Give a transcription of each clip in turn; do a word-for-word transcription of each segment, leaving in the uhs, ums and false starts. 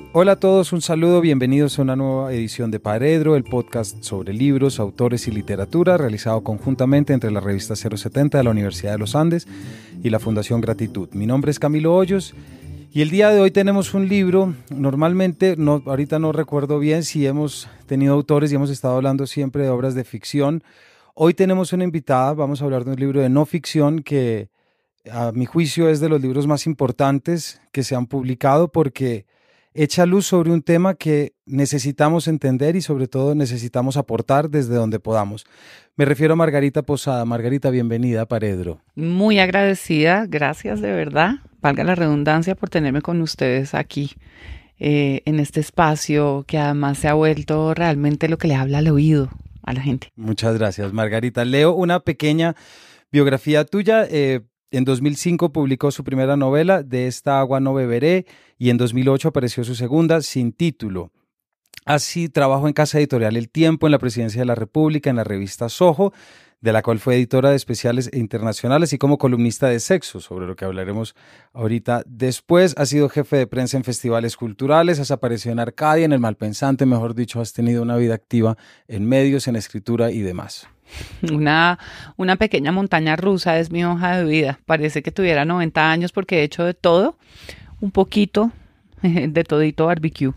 Hola a todos, un saludo, bienvenidos a una nueva edición de Paredro, el podcast sobre libros, autores y literatura, realizado conjuntamente entre la revista cero setenta de la Universidad de los Andes y la Fundación Gratitud. Mi nombre es Camilo Hoyos y el día de hoy tenemos un libro. Normalmente, no, ahorita no recuerdo bien si hemos tenido autores y hemos estado hablando siempre de obras de ficción. Hoy tenemos una invitada, vamos a hablar de un libro de no ficción que a mi juicio es de los libros más importantes que se han publicado porque echa luz sobre un tema que necesitamos entender y sobre todo necesitamos aportar desde donde podamos. Me refiero a Margarita Posada. Margarita, bienvenida a Paredro. Muy agradecida, gracias de verdad, valga la redundancia, por tenerme con ustedes aquí eh, en este espacio que además se ha vuelto realmente lo que le habla al oído a la gente. Muchas gracias, Margarita. Leo una pequeña biografía tuya. Eh, En dos mil cinco publicó su primera novela, De esta agua no beberé, y en dos mil ocho apareció su segunda, Sin título. Así trabajó en Casa Editorial El Tiempo, en la Presidencia de la República, en la revista Soho, de la cual fue editora de especiales internacionales y como columnista de sexo, sobre lo que hablaremos ahorita después. Ha sido jefe de prensa en festivales culturales, has aparecido en Arcadia, en El Malpensante, mejor dicho, has tenido una vida activa en medios, en escritura y demás. Una, una pequeña montaña rusa es mi hoja de vida. Parece que tuviera noventa años porque he hecho de todo, un poquito de todito barbecue.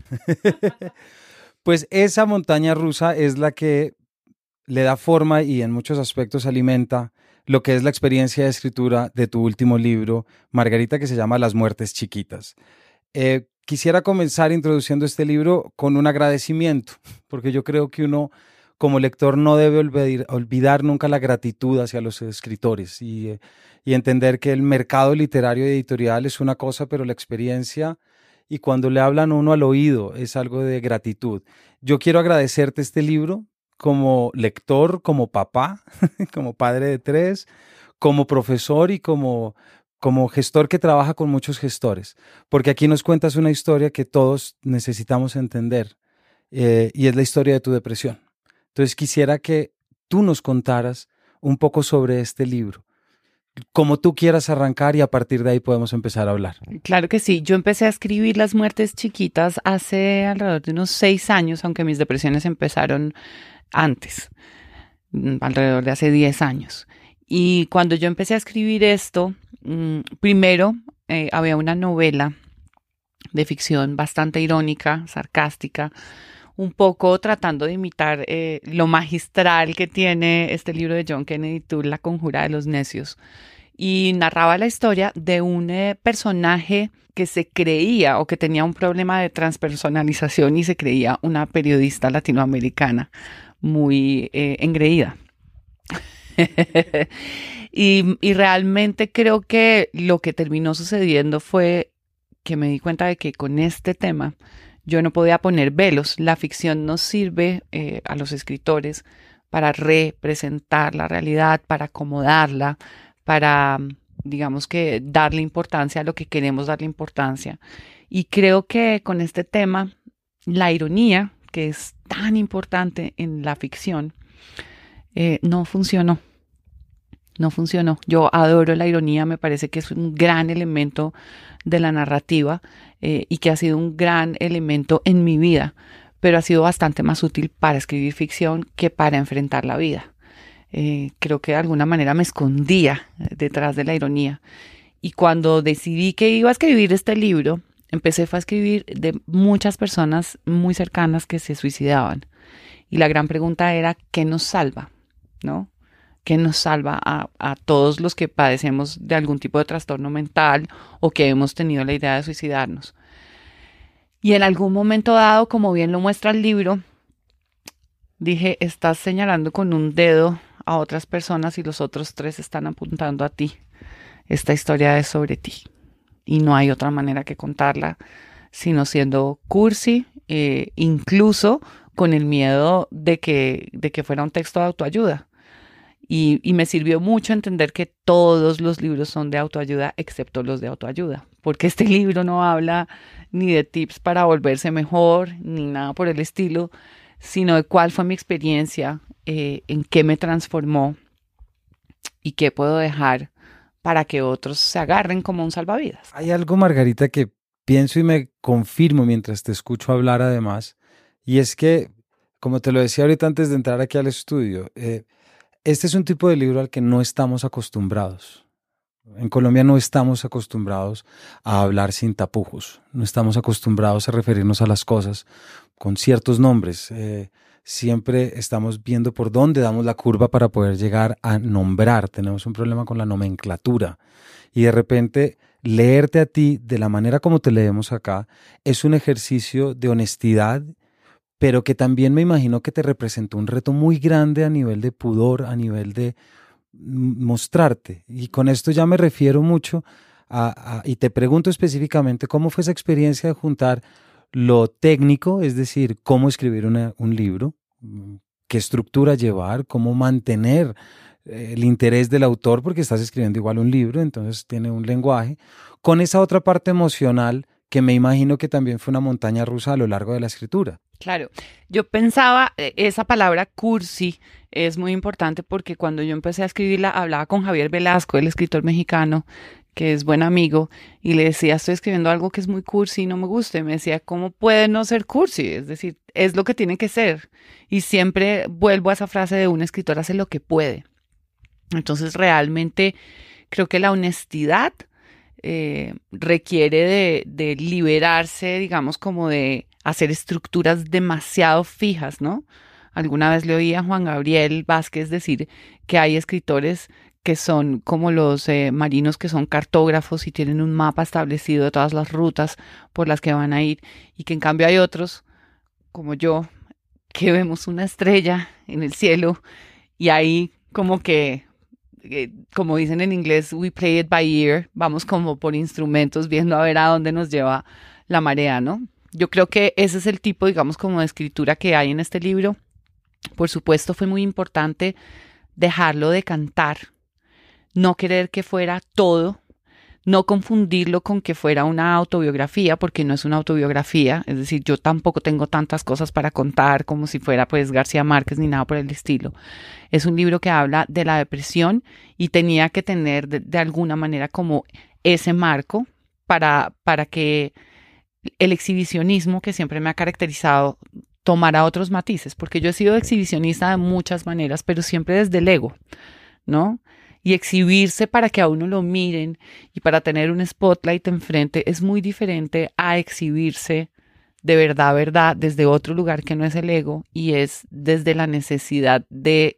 Pues esa montaña rusa es la que le da forma y en muchos aspectos alimenta lo que es la experiencia de escritura de tu último libro, Margarita, que se llama Las muertes chiquitas. Eh, quisiera comenzar introduciendo este libro con un agradecimiento, porque yo creo que uno como lector no debe olvidar, olvidar nunca la gratitud hacia los escritores y, eh, y entender que el mercado literario y editorial es una cosa, pero la experiencia y cuando le hablan uno al oído es algo de gratitud. Yo quiero agradecerte este libro como lector, como papá, como padre de tres, como profesor y como, como gestor que trabaja con muchos gestores, porque aquí nos cuentas una historia que todos necesitamos entender eh, y es la historia de tu depresión. Entonces quisiera que tú nos contaras un poco sobre este libro, como tú quieras arrancar y a partir de ahí podemos empezar a hablar. Claro que sí, yo empecé a escribir Las muertes chiquitas hace alrededor de unos seis años, aunque mis depresiones empezaron antes, alrededor de hace diez años. Y cuando yo empecé a escribir esto, primero eh, había una novela de ficción bastante irónica, sarcástica, un poco tratando de imitar eh, lo magistral que tiene este libro de John Kennedy Toole, La conjura de los necios. Y narraba la historia de un eh, personaje que se creía o que tenía un problema de transpersonalización y se creía una periodista latinoamericana muy eh, engreída. y, y realmente creo que lo que terminó sucediendo fue que me di cuenta de que con este tema yo no podía poner velos. La ficción nos sirve eh, a los escritores para representar la realidad, para acomodarla, para, digamos que, darle importancia a lo que queremos darle importancia. Y creo que con este tema, la ironía, que es tan importante en la ficción, eh, no funcionó. No funcionó. Yo adoro la ironía, me parece que es un gran elemento de la narrativa eh, y que ha sido un gran elemento en mi vida, pero ha sido bastante más útil para escribir ficción que para enfrentar la vida. Eh, creo que de alguna manera me escondía detrás de la ironía. Y cuando decidí que iba a escribir este libro, empecé a escribir de muchas personas muy cercanas que se suicidaban. Y la gran pregunta era, ¿qué nos salva? ¿No? ¿Qué nos salva a, a todos los que padecemos de algún tipo de trastorno mental o que hemos tenido la idea de suicidarnos? Y en algún momento dado, como bien lo muestra el libro, dije, estás señalando con un dedo a otras personas y los otros tres están apuntando a ti. Esta historia es sobre ti y no hay otra manera que contarla sino siendo cursi, eh, incluso con el miedo de que, de que fuera un texto de autoayuda. Y, y me sirvió mucho entender que todos los libros son de autoayuda, excepto los de autoayuda, porque este libro no habla ni de tips para volverse mejor, ni nada por el estilo, sino de cuál fue mi experiencia, eh, en qué me transformó y qué puedo dejar para que otros se agarren como un salvavidas. Hay algo, Margarita, que pienso y me confirmo mientras te escucho hablar además, y es que, como te lo decía ahorita antes de entrar aquí al estudio, eh, este es un tipo de libro al que no estamos acostumbrados. En Colombia no estamos acostumbrados a hablar sin tapujos, no estamos acostumbrados a referirnos a las cosas con ciertos nombres. Eh, siempre estamos viendo por dónde damos la curva para poder llegar a nombrar. Tenemos un problema con la nomenclatura. Y de repente leerte a ti de la manera como te leemos acá es un ejercicio de honestidad, pero que también me imagino que te representó un reto muy grande a nivel de pudor, a nivel de mostrarte. Y con esto ya me refiero mucho a, a, y te pregunto específicamente cómo fue esa experiencia de juntar lo técnico, es decir, cómo escribir una, un libro, qué estructura llevar, cómo mantener el interés del autor, porque estás escribiendo igual un libro, entonces tiene un lenguaje, con esa otra parte emocional que me imagino que también fue una montaña rusa a lo largo de la escritura. Claro, yo pensaba, esa palabra cursi es muy importante porque cuando yo empecé a escribirla, hablaba con Javier Velasco, el escritor mexicano, que es buen amigo, y le decía, estoy escribiendo algo que es muy cursi y no me gusta. Y me decía, ¿cómo puede no ser cursi? Es decir, es lo que tiene que ser. Y siempre vuelvo a esa frase de un escritor hace lo que puede. Entonces, realmente creo que la honestidad eh, requiere de, de liberarse, digamos, como de hacer estructuras demasiado fijas, ¿no? Alguna vez le oí a Juan Gabriel Vázquez decir que hay escritores que son como los eh, marinos que son cartógrafos y tienen un mapa establecido de todas las rutas por las que van a ir, y que en cambio hay otros, como yo, que vemos una estrella en el cielo y ahí como que, eh, como dicen en inglés, we play it by ear, vamos como por instrumentos viendo a ver a dónde nos lleva la marea, ¿no? Yo creo que ese es el tipo, digamos, como de escritura que hay en este libro. Por supuesto, fue muy importante dejarlo de cantar, no querer que fuera todo, no confundirlo con que fuera una autobiografía, porque no es una autobiografía. Es decir, yo tampoco tengo tantas cosas para contar como si fuera pues García Márquez ni nada por el estilo. Es un libro que habla de la depresión y tenía que tener de, de alguna manera como ese marco para, para que el exhibicionismo que siempre me ha caracterizado tomara otros matices, porque yo he sido exhibicionista de muchas maneras, pero siempre desde el ego, ¿no? Y exhibirse para que a uno lo miren y para tener un spotlight enfrente es muy diferente a exhibirse de verdad, verdad, desde otro lugar que no es el ego, y es desde la necesidad de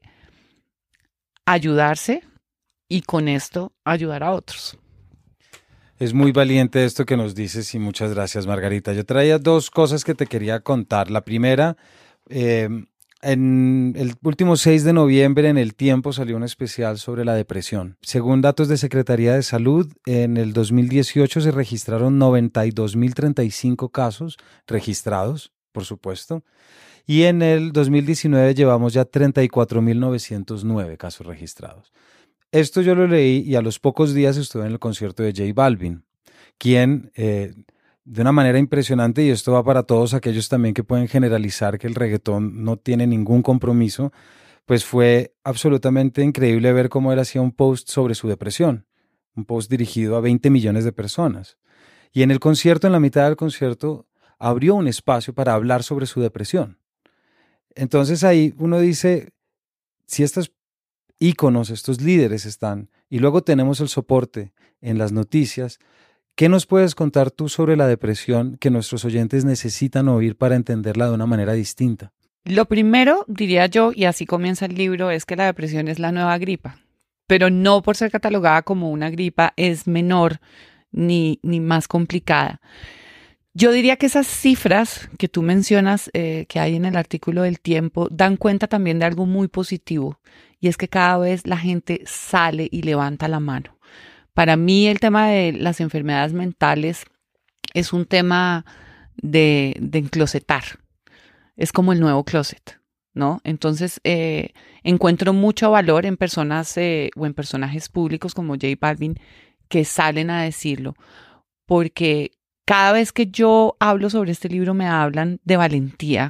ayudarse y con esto ayudar a otros. Es muy valiente esto que nos dices y muchas gracias, Margarita. Yo traía dos cosas que te quería contar. La primera, eh, en el último seis de noviembre en El Tiempo salió un especial sobre la depresión. Según datos de Secretaría de Salud, en el dos mil dieciocho se registraron noventa y dos mil treinta y cinco casos registrados, por supuesto, y en el dos mil diecinueve llevamos ya treinta y cuatro mil novecientos nueve casos registrados. Esto yo lo leí y a los pocos días estuve en el concierto de J Balvin, quien eh, de una manera impresionante, y esto va para todos aquellos también que pueden generalizar que el reggaetón no tiene ningún compromiso, pues fue absolutamente increíble ver cómo él hacía un post sobre su depresión, un post dirigido a veinte millones de personas. Y en el concierto, en la mitad del concierto, abrió un espacio para hablar sobre su depresión. Entonces ahí uno dice, si estas íconos, estos líderes están, y luego tenemos el soporte en las noticias, ¿qué nos puedes contar tú sobre la depresión que nuestros oyentes necesitan oír para entenderla de una manera distinta? Lo primero, diría yo, y así comienza el libro, es que la depresión es la nueva gripa, pero no por ser catalogada como una gripa es menor ni, ni más complicada. Yo diría que esas cifras que tú mencionas eh, que hay en el artículo del Tiempo dan cuenta también de algo muy positivo, y es que cada vez la gente sale y levanta la mano. Para mí el tema de las enfermedades mentales es un tema de, de enclosetar. Es como el nuevo closet, ¿no? Entonces eh, encuentro mucho valor en personas eh, o en personajes públicos como J Balvin que salen a decirlo, porque cada vez que yo hablo sobre este libro me hablan de valentía,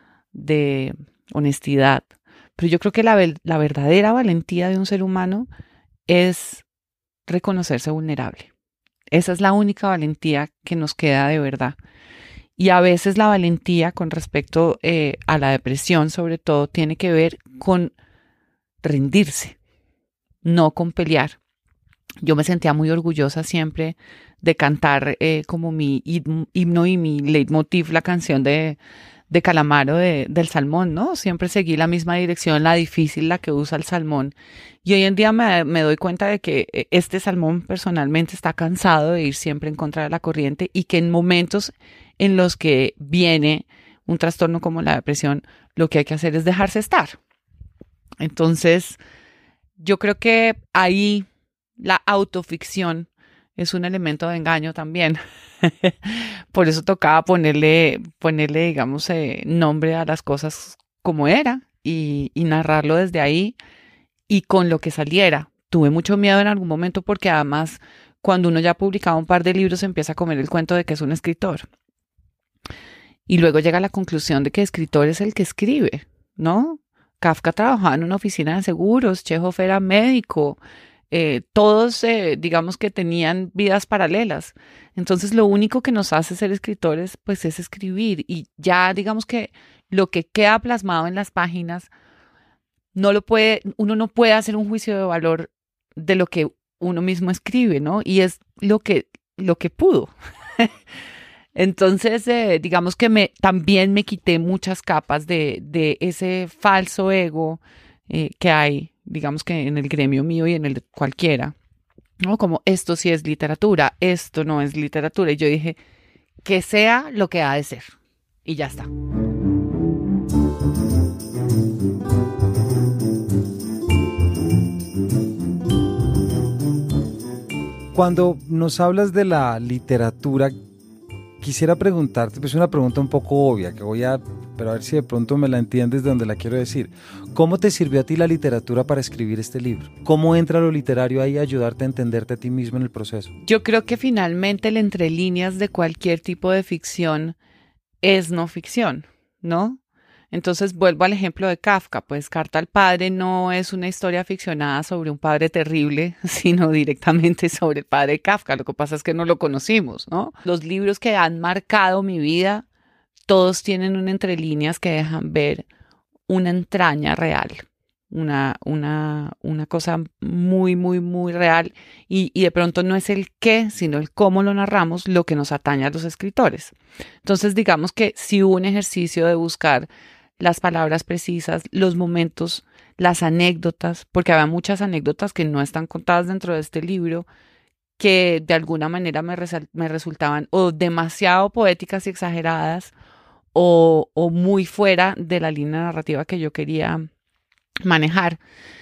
de honestidad, pero yo creo que la, la verdadera valentía de un ser humano es reconocerse vulnerable, Esa es la única valentía que nos queda de verdad. Y a veces la valentía con respecto eh, a la depresión, sobre todo, tiene que ver con rendirse, no con pelear. Yo me sentía muy orgullosa siempre de cantar eh, como mi himno y mi leitmotiv, la canción de, de Calamaro de, del Salmón, ¿no? Siempre seguí la misma dirección, la difícil, la que usa el Salmón. Y hoy en día me, me doy cuenta de que este Salmón personalmente está cansado de ir siempre en contra de la corriente y que en momentos en los que viene un trastorno como la depresión, lo que hay que hacer es dejarse estar. Entonces, yo creo que ahí la autoficción es un elemento de engaño también. Por eso tocaba ponerle, ponerle digamos, eh, nombre a las cosas como era y, y narrarlo desde ahí y con lo que saliera. Tuve mucho miedo en algún momento porque además cuando uno ya ha publicado un par de libros empieza a comer el cuento de que es un escritor. Y luego llega a la conclusión de que escritor es el que escribe, ¿no? Kafka trabajaba en una oficina de seguros, Chekhov era médico, eh, todos eh, digamos que tenían vidas paralelas. Entonces lo único que nos hace ser escritores pues es escribir y ya digamos que lo que queda plasmado en las páginas no lo puede, uno no puede hacer un juicio de valor de lo que uno mismo escribe, ¿no? Y es lo que, lo que pudo. Entonces, eh, digamos que me, también me quité muchas capas de, de ese falso ego eh, que hay, digamos que en el gremio mío y en el de cualquiera, ¿no? Como esto sí es literatura, esto no es literatura. Y yo dije, que sea lo que ha de ser. Y ya está. Cuando nos hablas de la literatura, quisiera preguntarte, pues una pregunta un poco obvia, que voy a, pero a ver si de pronto me la entiendes de donde la quiero decir. ¿Cómo te sirvió a ti la literatura para escribir este libro? ¿Cómo entra lo literario ahí a ayudarte a entenderte a ti mismo en el proceso? Yo creo que finalmente el entre líneas de cualquier tipo de ficción es no ficción, ¿no? Entonces vuelvo al ejemplo de Kafka, pues Carta al Padre no es una historia ficcionada sobre un padre terrible, sino directamente sobre el padre de Kafka. Lo que pasa es que no lo conocimos, ¿no? Los libros que han marcado mi vida, todos tienen un entre líneas que dejan ver una entraña real, una, una, una cosa muy, muy, muy real y, y de pronto no es el qué, sino el cómo lo narramos lo que nos atañe a los escritores. Entonces digamos que sí hubo un ejercicio de buscar las palabras precisas, los momentos, las anécdotas, porque había muchas anécdotas que no están contadas dentro de este libro, que de alguna manera me, resal- me resultaban o demasiado poéticas y exageradas o, o muy fuera de la línea narrativa que yo quería manejar.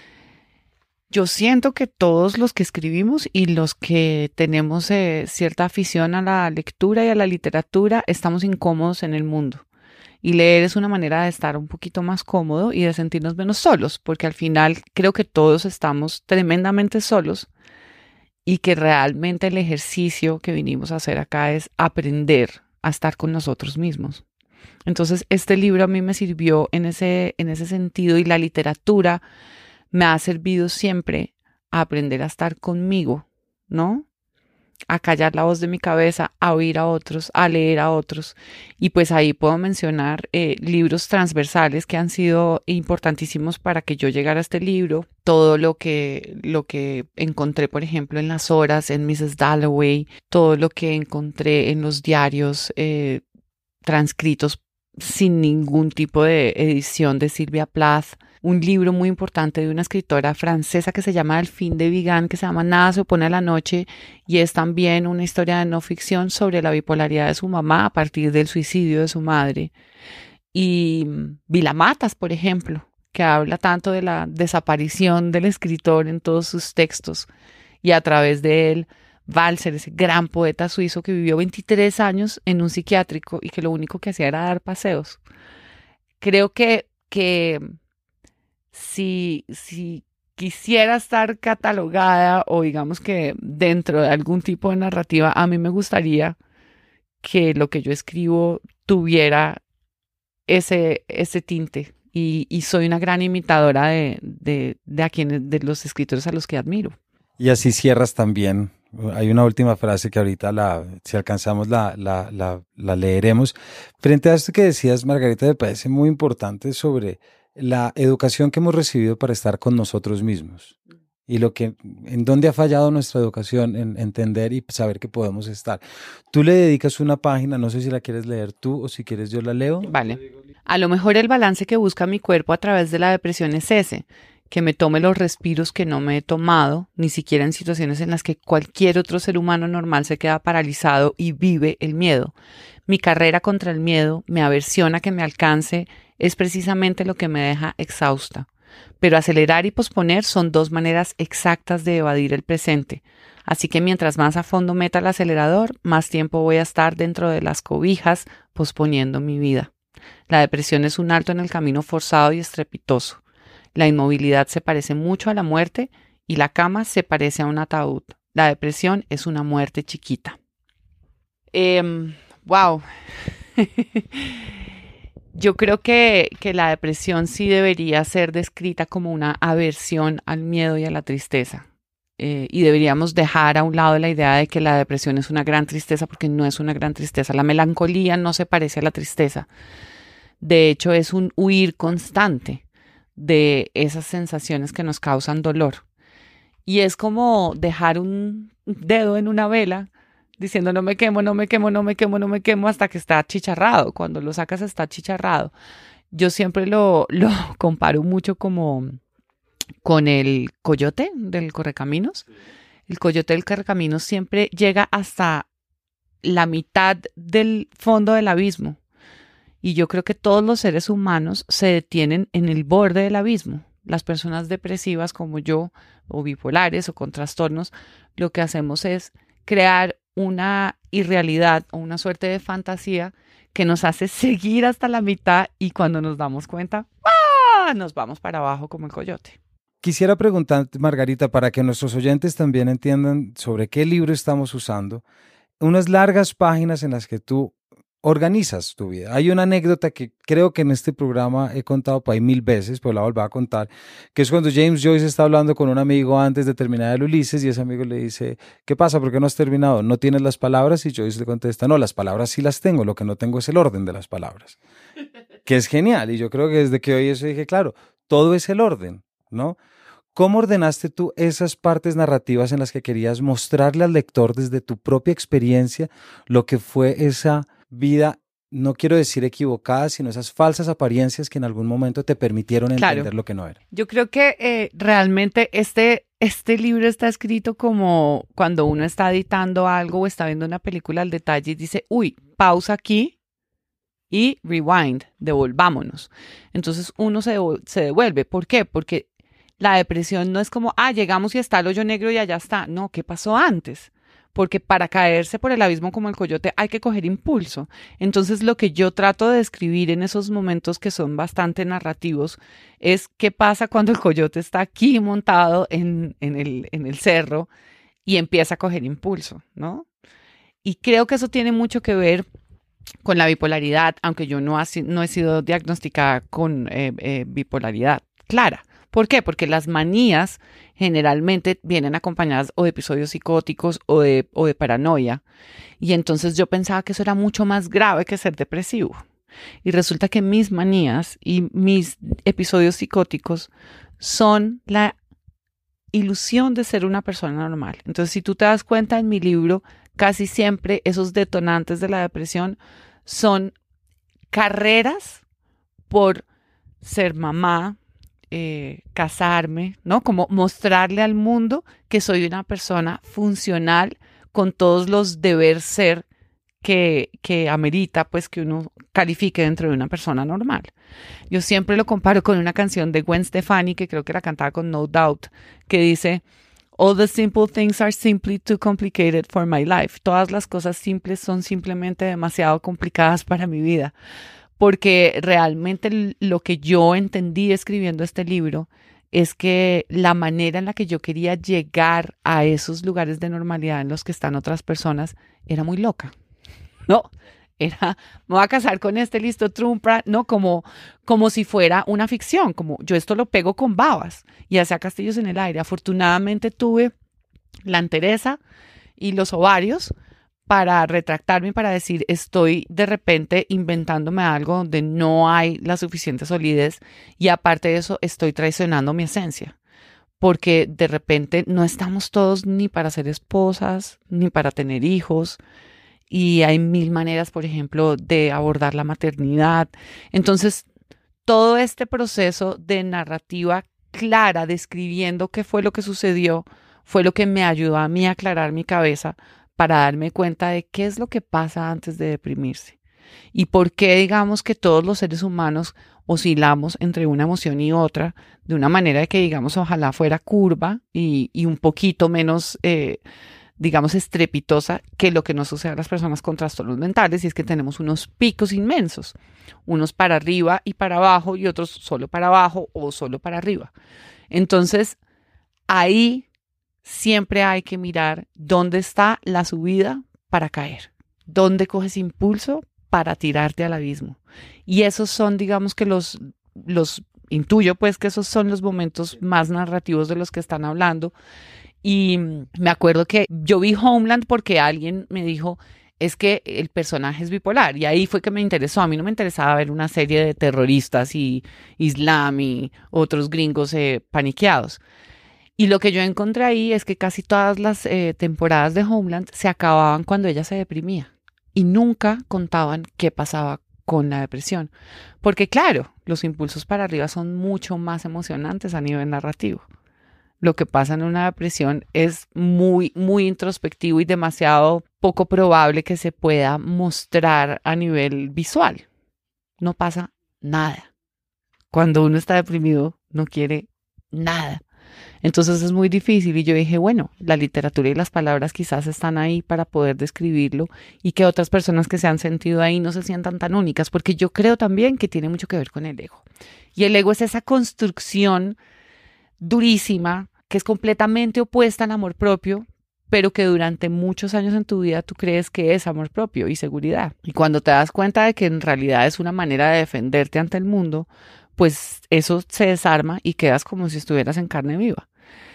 Yo siento que todos los que escribimos y los que tenemos eh, cierta afición a la lectura y a la literatura estamos incómodos en el mundo. Y leer es una manera de estar un poquito más cómodo y de sentirnos menos solos, porque al final creo que todos estamos tremendamente solos y que realmente el ejercicio que vinimos a hacer acá es aprender a estar con nosotros mismos. Entonces, este libro a mí me sirvió en ese, en ese sentido y la literatura me ha servido siempre a aprender a estar conmigo, ¿no? A callar la voz de mi cabeza, a oír a otros, a leer a otros. Y pues ahí puedo mencionar eh, libros transversales que han sido importantísimos para que yo llegara a este libro. Todo lo que, lo que encontré, por ejemplo, en Las Horas, en missus Dalloway, todo lo que encontré en los diarios eh, transcritos sin ningún tipo de edición de Sylvia Plath. Un libro muy importante de una escritora francesa que se llama Delphine de Vigan, que se llama Nada se opone a la noche, y es también una historia de no ficción sobre la bipolaridad de su mamá a partir del suicidio de su madre. Y Vilamatas, por ejemplo, que habla tanto de la desaparición del escritor en todos sus textos, y a través de él, Walser, ese gran poeta suizo que vivió veintitrés años en un psiquiátrico y que lo único que hacía era dar paseos. Creo que... que Si, si quisiera estar catalogada o digamos que dentro de algún tipo de narrativa, a mí me gustaría que lo que yo escribo tuviera ese, ese tinte y, y soy una gran imitadora de, de, de, a quienes, de los escritores a los que admiro. Y así cierras también Hay una última frase que ahorita, la, si alcanzamos, la, la, la, la leeremos. Frente a esto que decías, Margarita, me parece muy importante sobre la educación que hemos recibido para estar con nosotros mismos y lo que, en dónde ha fallado nuestra educación en entender y saber que podemos estar. Tú le dedicas una página, no sé si la quieres leer tú o si quieres yo la leo. Vale. A lo mejor el balance que busca mi cuerpo a través de la depresión es ese, que me tome los respiros que no me he tomado, ni siquiera en situaciones en las que cualquier otro ser humano normal se queda paralizado y vive el miedo. Mi carrera contra el miedo, mi aversión a que me alcance, es precisamente lo que me deja exhausta. Pero acelerar y posponer son dos maneras exactas de evadir el presente. Así que mientras más a fondo meta el acelerador, más tiempo voy a estar dentro de las cobijas posponiendo mi vida. La depresión es un alto en el camino forzado y estrepitoso. La inmovilidad se parece mucho a la muerte y la cama se parece a un ataúd. La depresión es una muerte chiquita. Eh, wow. Yo creo que, que la depresión sí debería ser descrita como una aversión al miedo y a la tristeza. Eh, y deberíamos dejar a un lado la idea de que la depresión es una gran tristeza, porque no es una gran tristeza. La melancolía no se parece a la tristeza. De hecho, es un huir constante de esas sensaciones que nos causan dolor. Y es como dejar un dedo en una vela diciendo no me quemo, no me quemo, no me quemo, no me quemo hasta que está achicharrado. Cuando lo sacas está achicharrado. Yo siempre lo, lo comparo mucho como con el coyote del correcaminos. El coyote del correcaminos siempre llega hasta la mitad del fondo del abismo. Y yo creo que todos los seres humanos se detienen en el borde del abismo. Las personas depresivas como yo, o bipolares o con trastornos, lo que hacemos es crear una irrealidad o una suerte de fantasía que nos hace seguir hasta la mitad y cuando nos damos cuenta, ¡ah!, nos vamos para abajo como el coyote. Quisiera preguntarte, Margarita, para que nuestros oyentes también entiendan sobre qué libro estamos usando, unas largas páginas en las que tú organizas tu vida. Hay una anécdota que creo que en este programa he contado por ahí mil veces, pero la volví a contar, que es cuando James Joyce está hablando con un amigo antes de terminar el Ulises y ese amigo le dice, ¿qué pasa? ¿Por qué no has terminado? ¿No tienes las palabras? Y Joyce le contesta, no, las palabras sí las tengo, lo que no tengo es el orden de las palabras. Que es genial. Y yo creo que desde que oí eso dije, claro, todo es el orden, ¿no? ¿Cómo ordenaste tú esas partes narrativas en las que querías mostrarle al lector desde tu propia experiencia lo que fue esa vida, no quiero decir equivocada, sino esas falsas apariencias que en algún momento te permitieron entender claro. lo que no era? Yo creo que eh, realmente este, este libro está escrito como cuando uno está editando algo o está viendo una película al detalle y dice, uy, pausa aquí y rewind, devolvámonos. Entonces uno se, se devuelve. ¿Por qué? Porque la depresión no es como, ah, llegamos y está el hoyo negro y allá está. No, ¿qué pasó antes? Porque para caerse por el abismo como el coyote hay que coger impulso. Entonces lo que yo trato de describir en esos momentos que son bastante narrativos es qué pasa cuando el coyote está aquí montado en, en, el, en el cerro y empieza a coger impulso, ¿no? Y creo que eso tiene mucho que ver con la bipolaridad, aunque yo no, ha, no he sido diagnosticada con eh, eh, bipolaridad clara. ¿Por qué? Porque las manías generalmente vienen acompañadas o de episodios psicóticos o de, o de paranoia. Y entonces yo pensaba que eso era mucho más grave que ser depresivo. Y resulta que mis manías y mis episodios psicóticos son la ilusión de ser una persona normal. Entonces, si tú te das cuenta en mi libro, casi siempre esos detonantes de la depresión son carreras por ser mamá, Eh, casarme, ¿no? Como mostrarle al mundo que soy una persona funcional con todos los deber ser que, que amerita, pues, que uno califique dentro de una persona normal. Yo siempre lo comparo con una canción de Gwen Stefani, que creo que la cantaba con No Doubt, que dice, all the simple things are simply too complicated for my life. Todas las cosas simples son simplemente demasiado complicadas para mi vida. Porque realmente lo que yo entendí escribiendo este libro es que la manera en la que yo quería llegar a esos lugares de normalidad en los que están otras personas era muy loca, ¿no? Era, me voy a casar con este, listo, trumpa, ¿no? Como, como si fuera una ficción, como yo esto lo pego con babas y hacía castillos en el aire. Afortunadamente tuve la entereza y los ovarios para retractarme y para decir estoy de repente inventándome algo donde no hay la suficiente solidez y aparte de eso estoy traicionando mi esencia. Porque de repente no estamos todos ni para ser esposas, ni para tener hijos. Y hay mil maneras, por ejemplo, de abordar la maternidad. Entonces, todo este proceso de narrativa clara, describiendo qué fue lo que sucedió, fue lo que me ayudó a mí a aclarar mi cabeza para darme cuenta de qué es lo que pasa antes de deprimirse. Y por qué, digamos, que todos los seres humanos oscilamos entre una emoción y otra de una manera que, digamos, ojalá fuera curva y, y un poquito menos, eh, digamos, estrepitosa que lo que nos sucede a las personas con trastornos mentales, y es que tenemos unos picos inmensos, unos para arriba y para abajo y otros solo para abajo o solo para arriba. Entonces, ahí siempre hay que mirar dónde está la subida para caer, dónde coges impulso para tirarte al abismo. Y esos son, digamos que los, los intuyo pues que esos son los momentos más narrativos de los que están hablando. Y me acuerdo que yo vi Homeland porque alguien me dijo, es que el personaje es bipolar. Y ahí fue que me interesó. A mí no me interesaba ver una serie de terroristas y islam y otros gringos eh, paniqueados. Y lo que yo encontré ahí es que casi todas las eh, temporadas de Homeland se acababan cuando ella se deprimía. Y nunca contaban qué pasaba con la depresión. Porque claro, los impulsos para arriba son mucho más emocionantes a nivel narrativo. Lo que pasa en una depresión es muy, muy introspectivo y demasiado poco probable que se pueda mostrar a nivel visual. No pasa nada. Cuando uno está deprimido, no quiere nada. Entonces es muy difícil y yo dije, bueno, la literatura y las palabras quizás están ahí para poder describirlo y que otras personas que se han sentido ahí no se sientan tan únicas, porque yo creo también que tiene mucho que ver con el ego. Y el ego es esa construcción durísima que es completamente opuesta al amor propio, pero que durante muchos años en tu vida tú crees que es amor propio y seguridad. Y cuando te das cuenta de que en realidad es una manera de defenderte ante el mundo, pues eso se desarma y quedas como si estuvieras en carne viva.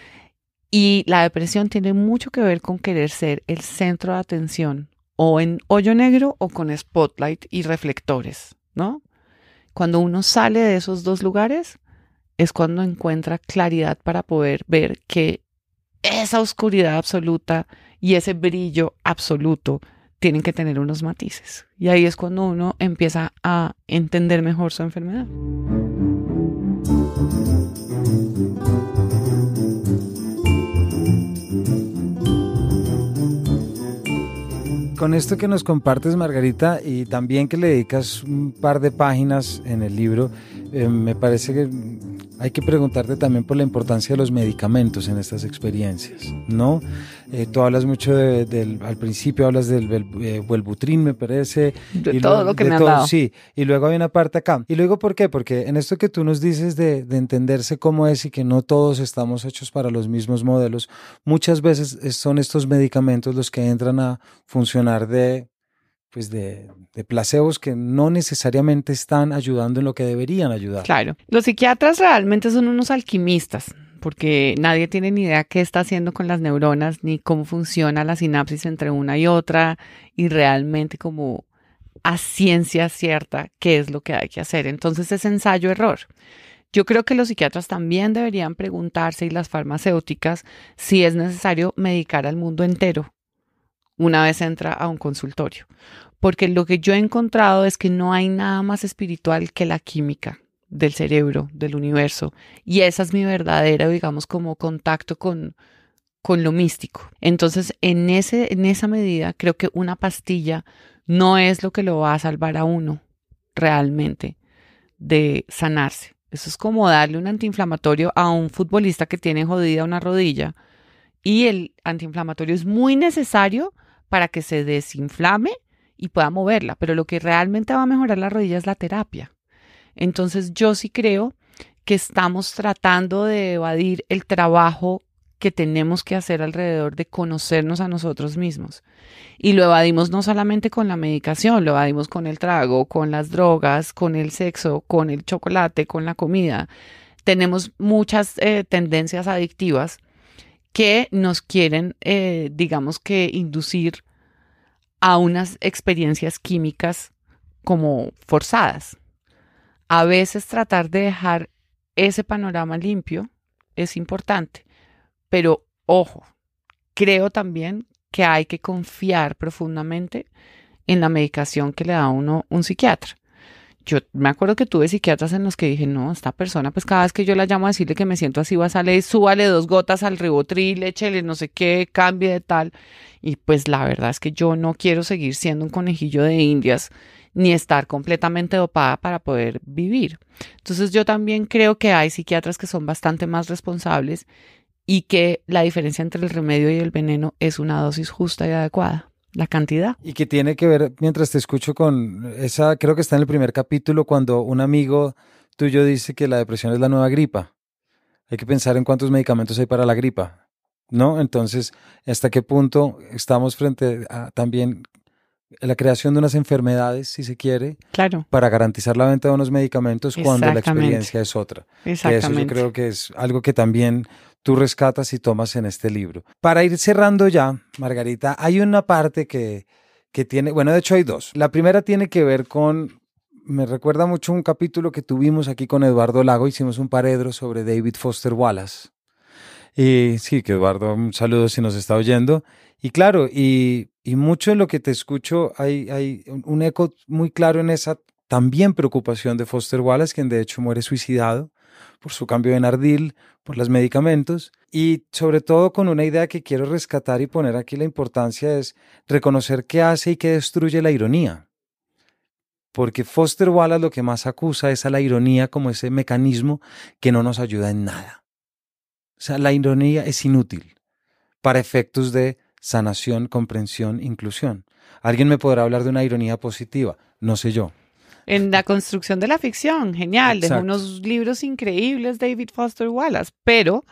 Y la depresión tiene mucho que ver con querer ser el centro de atención o en hoyo negro o con spotlight y reflectores, ¿no? Cuando uno sale de esos dos lugares es cuando encuentra claridad para poder ver que esa oscuridad absoluta y ese brillo absoluto tienen que tener unos matices. Y ahí es cuando uno empieza a entender mejor su enfermedad. Con esto que nos compartes, Margarita, y también que le dedicas un par de páginas en el libro, eh, me parece que hay que preguntarte también por la importancia de los medicamentos en estas experiencias, ¿no? Eh, tú hablas mucho de, del, al principio hablas del, del eh, Wellbutrin, me parece. De y todo lo, lo que de me todo, han dado. Sí, y luego hay una parte acá. ¿Y luego por qué? Porque en esto que tú nos dices de, de entenderse cómo es y que no todos estamos hechos para los mismos modelos, muchas veces son estos medicamentos los que entran a funcionar de... pues de, de placebos que no necesariamente están ayudando en lo que deberían ayudar. Claro. Los psiquiatras realmente son unos alquimistas, porque nadie tiene ni idea qué está haciendo con las neuronas, ni cómo funciona la sinapsis entre una y otra, y realmente como a ciencia cierta qué es lo que hay que hacer. Entonces es ensayo-error. Yo creo que los psiquiatras también deberían preguntarse, y las farmacéuticas, si es necesario medicar al mundo entero una vez entra a un consultorio. Porque lo que yo he encontrado es que no hay nada más espiritual que la química del cerebro, del universo. Y esa es mi verdadera, digamos, como contacto con, con lo místico. Entonces, en, ese, en esa medida, creo que una pastilla no es lo que lo va a salvar a uno realmente de sanarse. Eso es como darle un antiinflamatorio a un futbolista que tiene jodida una rodilla. Y el antiinflamatorio es muy necesario para que se desinflame y pueda moverla, pero lo que realmente va a mejorar la rodilla es la terapia. Entonces yo sí creo que estamos tratando de evadir el trabajo que tenemos que hacer alrededor de conocernos a nosotros mismos. Y lo evadimos no solamente con la medicación, lo evadimos con el trago, con las drogas, con el sexo, con el chocolate, con la comida. Tenemos muchas eh, tendencias adictivas que nos quieren, eh, digamos que, inducir a unas experiencias químicas como forzadas. A veces tratar de dejar ese panorama limpio es importante, pero ojo, creo también que hay que confiar profundamente en la medicación que le da a uno un psiquiatra. Yo me acuerdo que tuve psiquiatras en los que dije, no, esta persona, pues cada vez que yo la llamo a decirle que me siento así, va a salir, súbale dos gotas al Rivotril, échele no sé qué, cambie de tal. Y pues la verdad es que yo no quiero seguir siendo un conejillo de indias, ni estar completamente dopada para poder vivir. Entonces yo también creo que hay psiquiatras que son bastante más responsables y que la diferencia entre el remedio y el veneno es una dosis justa y adecuada. La cantidad. Y que tiene que ver, mientras te escucho, con esa, creo que está en el primer capítulo, cuando un amigo tuyo dice que la depresión es la nueva gripa. Hay que pensar en cuántos medicamentos hay para la gripa, ¿no? Entonces, ¿hasta qué punto estamos frente a también la creación de unas enfermedades, si se quiere, claro, para garantizar la venta de unos medicamentos cuando la experiencia es otra? Exactamente. Que eso yo creo que es algo que también tú rescatas y tomas en este libro. Para ir cerrando ya, Margarita, hay una parte que, que tiene, bueno, de hecho hay dos. La primera tiene que ver con, me recuerda mucho un capítulo que tuvimos aquí con Eduardo Lago, hicimos un paredro sobre David Foster Wallace. Y sí, que Eduardo, un saludo si nos está oyendo. Y claro, y, y mucho en lo que te escucho, hay, hay un eco muy claro en esa también preocupación de Foster Wallace, quien de hecho muere suicidado por su cambio de Nardil, por los medicamentos, y sobre todo con una idea que quiero rescatar y poner aquí la importancia es reconocer qué hace y qué destruye la ironía. Porque Foster Wallace lo que más acusa es a la ironía como ese mecanismo que no nos ayuda en nada. O sea, la ironía es inútil para efectos de sanación, comprensión, inclusión. ¿Alguien me podrá hablar de una ironía positiva? No sé yo. En la construcción de la ficción, genial, dejó Exacto. unos libros increíbles David Foster Wallace, pero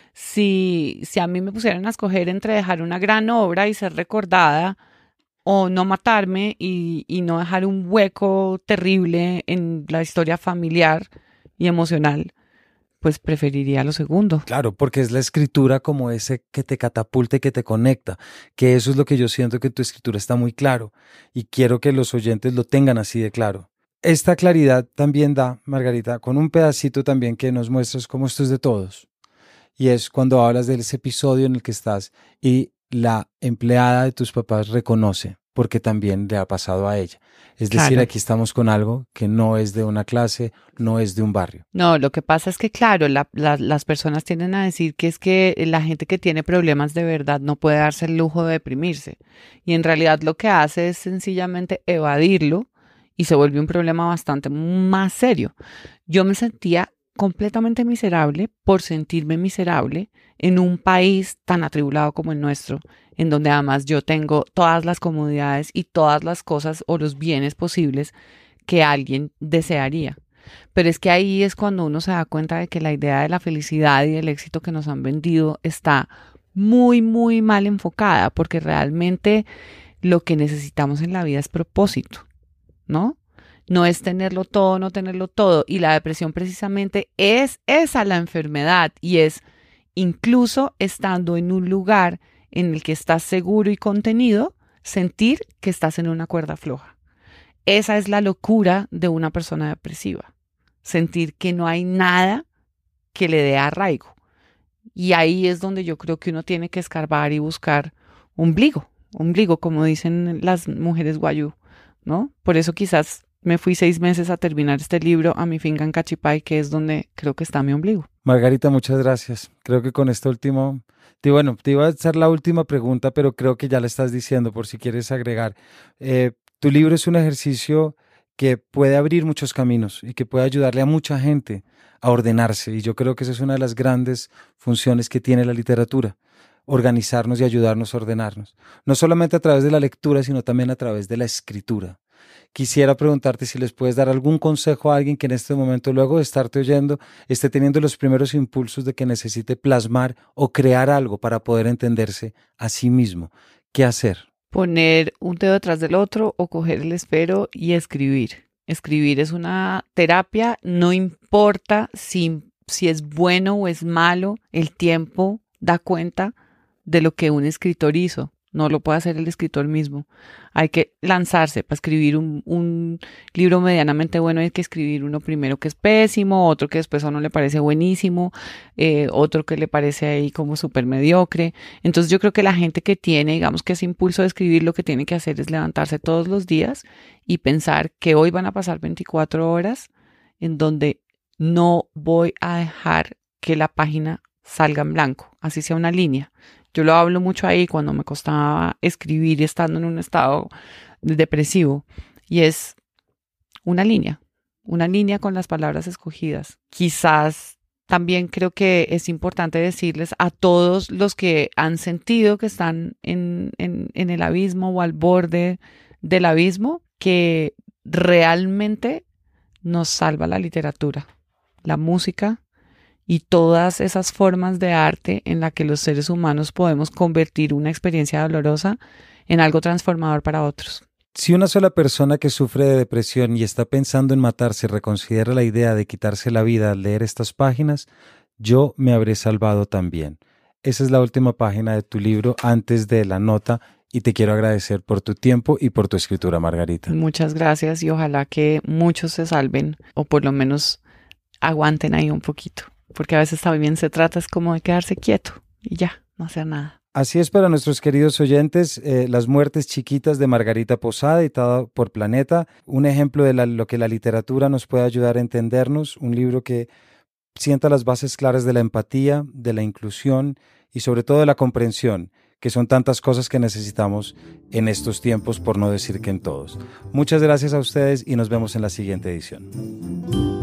si, si a mí me pusieran a escoger entre dejar una gran obra y ser recordada o no matarme y, y no dejar un hueco terrible en la historia familiar y emocional, pues preferiría lo segundo. Claro, porque es la escritura como ese que te catapulta y que te conecta, que eso es lo que yo siento que tu escritura está muy claro y quiero que los oyentes lo tengan así de claro. Esta claridad también da, Margarita, con un pedacito también que nos muestras cómo esto es de todos. Y es cuando hablas de ese episodio en el que estás y la empleada de tus papás reconoce, porque también le ha pasado a ella. Es decir, Claro. aquí estamos con algo que no es de una clase, no es de un barrio. No, lo que pasa es que, claro, la, la, las personas tienden a decir que es que la gente que tiene problemas de verdad no puede darse el lujo de deprimirse. Y en realidad lo que hace es sencillamente evadirlo y se vuelve un problema bastante más serio. Yo me sentía completamente miserable por sentirme miserable en un país tan atribulado como el nuestro, en donde además yo tengo todas las comodidades y todas las cosas o los bienes posibles que alguien desearía. Pero es que ahí es cuando uno se da cuenta de que la idea de la felicidad y del éxito que nos han vendido está muy, muy mal enfocada, porque realmente lo que necesitamos en la vida es propósito, ¿no? No es tenerlo todo, no tenerlo todo. Y la depresión precisamente es esa la enfermedad y es incluso estando en un lugar en el que estás seguro y contenido, sentir que estás en una cuerda floja. Esa es la locura de una persona depresiva. Sentir que no hay nada que le dé arraigo. Y ahí es donde yo creo que uno tiene que escarbar y buscar ombligo, ombligo, como dicen las mujeres guayú, ¿no? Por eso quizás me fui seis meses a terminar este libro a mi finca en Cachipay, que es donde creo que está mi ombligo. Margarita, muchas gracias. Creo que con esto último, te, bueno, te iba a hacer la última pregunta, pero creo que ya la estás diciendo por si quieres agregar. Eh, tu libro es un ejercicio que puede abrir muchos caminos y que puede ayudarle a mucha gente a ordenarse. Y yo creo que esa es una de las grandes funciones que tiene la literatura, organizarnos y ayudarnos a ordenarnos. No solamente a través de la lectura, sino también a través de la escritura. Quisiera preguntarte si les puedes dar algún consejo a alguien que en este momento, luego de estarte oyendo, esté teniendo los primeros impulsos de que necesite plasmar o crear algo para poder entenderse a sí mismo. ¿Qué hacer? Poner un dedo detrás del otro o coger el esfero y escribir. Escribir es una terapia, no importa si, si es bueno o es malo el tiempo da cuenta de lo que un escritor hizo. No lo puede hacer el escritor mismo. Hay que lanzarse para escribir un, un libro medianamente bueno. Hay que escribir uno primero que es pésimo, otro que después a uno le parece buenísimo, eh, otro que le parece ahí como súper mediocre. Entonces yo creo que la gente que tiene, digamos que ese impulso de escribir, lo que tiene que hacer es levantarse todos los días y pensar que hoy van a pasar veinticuatro horas en donde no voy a dejar que la página salga en blanco, así sea una línea. Yo lo hablo mucho ahí cuando me costaba escribir estando en un estado depresivo. Y es una línea, una línea con las palabras escogidas. Quizás también creo que es importante decirles a todos los que han sentido que están en, en, en el abismo o al borde del abismo, que realmente nos salva la literatura, la música, y todas esas formas de arte en la que los seres humanos podemos convertir una experiencia dolorosa en algo transformador para otros. Si una sola persona que sufre de depresión y está pensando en matarse reconsidera la idea de quitarse la vida al leer estas páginas, yo me habré salvado también. Esa es la última página de tu libro antes de la nota y te quiero agradecer por tu tiempo y por tu escritura, Margarita. Muchas gracias y ojalá que muchos se salven o por lo menos aguanten ahí un poquito. Porque a veces también se trata es como de quedarse quieto y ya, no hacer nada. Así es para nuestros queridos oyentes, eh, Las muertes chiquitas de Margarita Posada, editada por Planeta, un ejemplo de la, lo que la literatura nos puede ayudar a entendernos, un libro que sienta las bases claras de la empatía, de la inclusión y sobre todo de la comprensión, que son tantas cosas que necesitamos en estos tiempos, por no decir que en todos. Muchas gracias a ustedes y nos vemos en la siguiente edición.